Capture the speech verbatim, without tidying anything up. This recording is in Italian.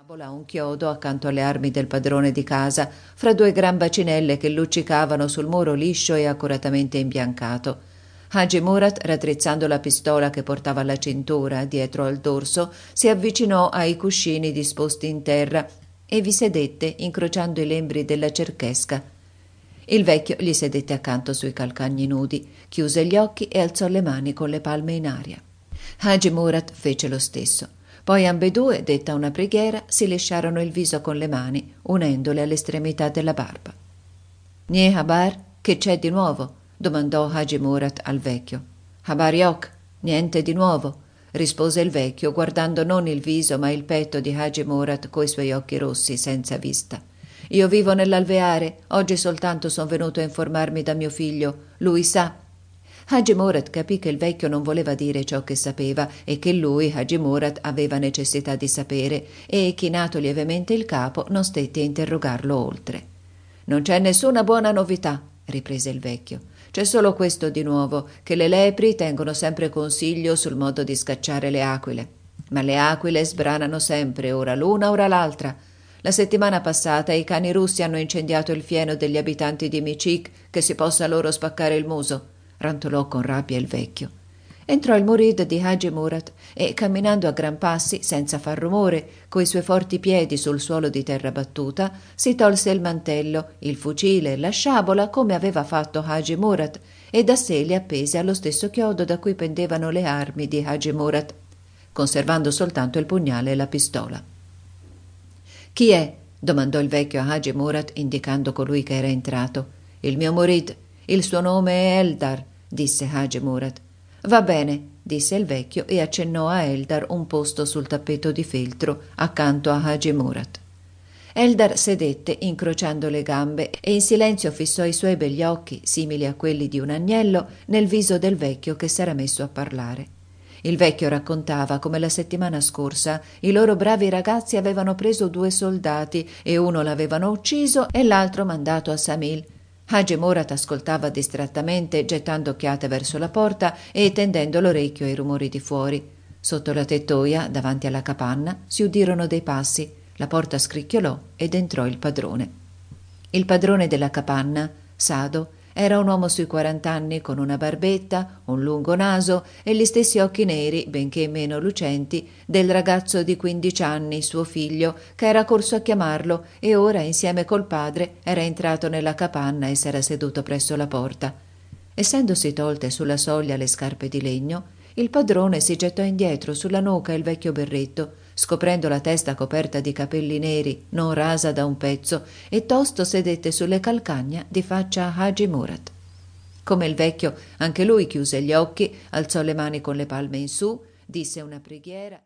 tavola un chiodo accanto alle armi del padrone di casa, fra due gran bacinelle che luccicavano sul muro liscio e accuratamente imbiancato. Hagi Murat, raddrizzando la pistola che portava alla cintura dietro al dorso, si avvicinò ai cuscini disposti in terra e vi sedette incrociando i lembri della cerchesca. Il vecchio gli sedette accanto sui calcagni nudi, chiuse gli occhi e alzò le mani con le palme in aria. Hagi Murat fece lo stesso. Poi ambedue, detta una preghiera, si lisciarono il viso con le mani, unendole all'estremità della barba. «Nieh Habar, che c'è di nuovo?» domandò Hagi Murat al vecchio. «Habar yok, niente di nuovo», rispose il vecchio, guardando non il viso ma il petto di Hagi Murat coi suoi occhi rossi senza vista. «Io vivo nell'alveare, oggi soltanto son venuto a informarmi da mio figlio, lui sa». Hagi Murat capì che il vecchio non voleva dire ciò che sapeva e che lui, Hagi Murat, aveva necessità di sapere, e chinato lievemente il capo non stette a interrogarlo oltre. «Non c'è nessuna buona novità», riprese il vecchio. «C'è solo questo di nuovo, che le lepri tengono sempre consiglio sul modo di scacciare le aquile. Ma le aquile sbranano sempre, ora l'una ora l'altra. La settimana passata i cani russi hanno incendiato il fieno degli abitanti di Michik, che si possa loro spaccare il muso», rantolò con rabbia il vecchio. Entrò il murid di Hagi Murat e, camminando a gran passi, senza far rumore, coi suoi forti piedi sul suolo di terra battuta, si tolse il mantello, il fucile e la sciabola come aveva fatto Hagi Murat e da sé li appese allo stesso chiodo da cui pendevano le armi di Hagi Murat, conservando soltanto il pugnale e la pistola. «Chi è?» domandò il vecchio a Hagi Murat, indicando colui che era entrato. «Il mio murid. Il suo nome è Eldar», disse Hagi Murat. «Va bene», disse il vecchio e accennò a Eldar un posto sul tappeto di feltro accanto a Hagi Murat. Eldar sedette incrociando le gambe e in silenzio fissò i suoi begli occhi, simili a quelli di un agnello, nel viso del vecchio che s'era messo a parlare. Il vecchio raccontava come la settimana scorsa i loro bravi ragazzi avevano preso due soldati e uno l'avevano ucciso e l'altro mandato a Samil. Hagi Murat ascoltava distrattamente, gettando occhiate verso la porta e tendendo l'orecchio ai rumori di fuori. Sotto la tettoia, davanti alla capanna, si udirono dei passi, la porta scricchiolò ed entrò il padrone. Il padrone della capanna, Sado, era un uomo sui quarant'anni con una barbetta, un lungo naso e gli stessi occhi neri, benché meno lucenti, del ragazzo di quindici anni, suo figlio, che era corso a chiamarlo e ora, insieme col padre, era entrato nella capanna e s'era seduto presso la porta. Essendosi tolte sulla soglia le scarpe di legno, il padrone si gettò indietro sulla nuca il vecchio berretto, scoprendo la testa coperta di capelli neri, non rasa da un pezzo, e tosto sedette sulle calcagna di faccia a Hagi Murat. Come il vecchio, anche lui chiuse gli occhi, alzò le mani con le palme in su, disse una preghiera